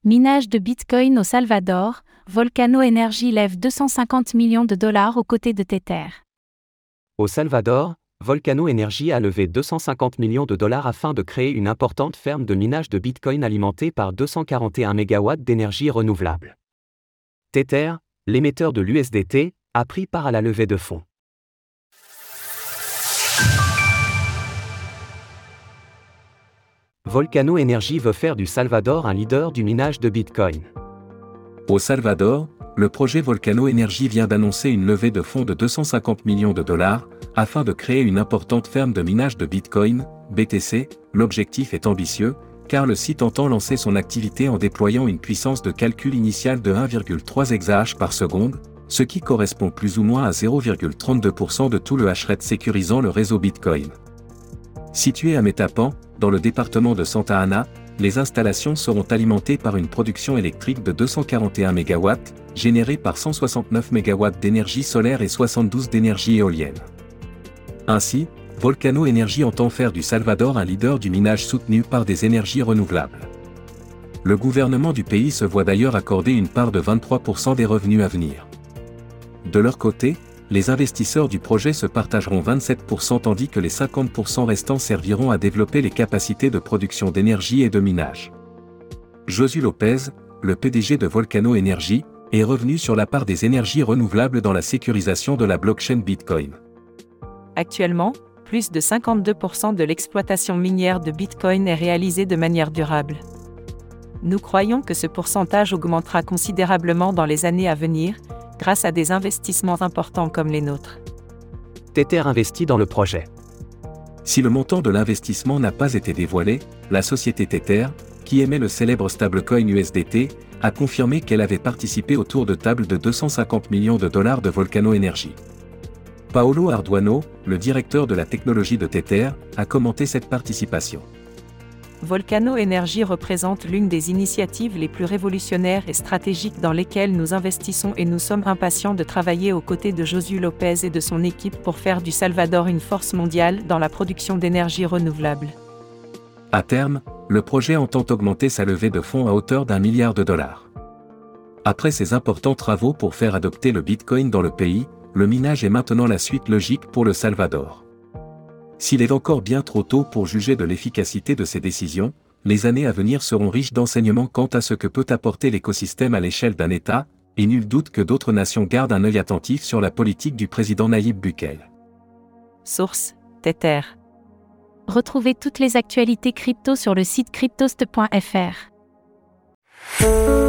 Minage de Bitcoin au Salvador, Volcano Energy lève 250 millions de dollars aux côtés de Tether. Au Salvador, Volcano Energy a levé 250 millions de dollars afin de créer une importante ferme de minage de Bitcoin alimentée par 241 MW d'énergie renouvelable. Tether, l'émetteur de l'USDT, a pris part à la levée de fonds. Volcano Energy veut faire du Salvador un leader du minage de Bitcoin. Au Salvador, le projet Volcano Energy vient d'annoncer une levée de fonds de 250 millions de dollars, afin de créer une importante ferme de minage de Bitcoin, BTC. L'objectif est ambitieux, car le site entend lancer son activité en déployant une puissance de calcul initiale de 1,3 exahash par seconde, ce qui correspond plus ou moins à 0,32% de tout le hashrate sécurisant le réseau Bitcoin. Situé à Metapan, dans le département de Santa Ana, les installations seront alimentées par une production électrique de 241 MW, générée par 169 MW d'énergie solaire et 72 d'énergie éolienne. Ainsi, Volcano Energy entend faire du Salvador un leader du minage soutenu par des énergies renouvelables. Le gouvernement du pays se voit d'ailleurs accorder une part de 23% des revenus à venir. De leur côté, les investisseurs du projet se partageront 27% tandis que les 50% restants serviront à développer les capacités de production d'énergie et de minage. Josué Lopez, le PDG de Volcano Energy, est revenu sur la part des énergies renouvelables dans la sécurisation de la blockchain Bitcoin. Actuellement, plus de 52% de l'exploitation minière de Bitcoin est réalisée de manière durable. Nous croyons que ce pourcentage augmentera considérablement dans les années à venir, grâce à des investissements importants comme les nôtres. Tether investit dans le projet. Si le montant de l'investissement n'a pas été dévoilé, la société Tether, qui émet le célèbre stablecoin USDT, a confirmé qu'elle avait participé au tour de table de 250 millions de dollars de Volcano Energy. Paolo Arduano, le directeur de la technologie de Tether, a commenté cette participation. Volcano Energy représente l'une des initiatives les plus révolutionnaires et stratégiques dans lesquelles nous investissons et nous sommes impatients de travailler aux côtés de Josué Lopez et de son équipe pour faire du Salvador une force mondiale dans la production d'énergie renouvelable. À terme, le projet entend augmenter sa levée de fonds à hauteur d'1 milliard de dollars. Après ces importants travaux pour faire adopter le Bitcoin dans le pays, le minage est maintenant la suite logique pour le Salvador. S'il est encore bien trop tôt pour juger de l'efficacité de ces décisions, les années à venir seront riches d'enseignements quant à ce que peut apporter l'écosystème à l'échelle d'un État, et nul doute que d'autres nations gardent un œil attentif sur la politique du président Nayib Bukele. Source: Tether. Retrouvez toutes les actualités crypto sur le site cryptost.fr.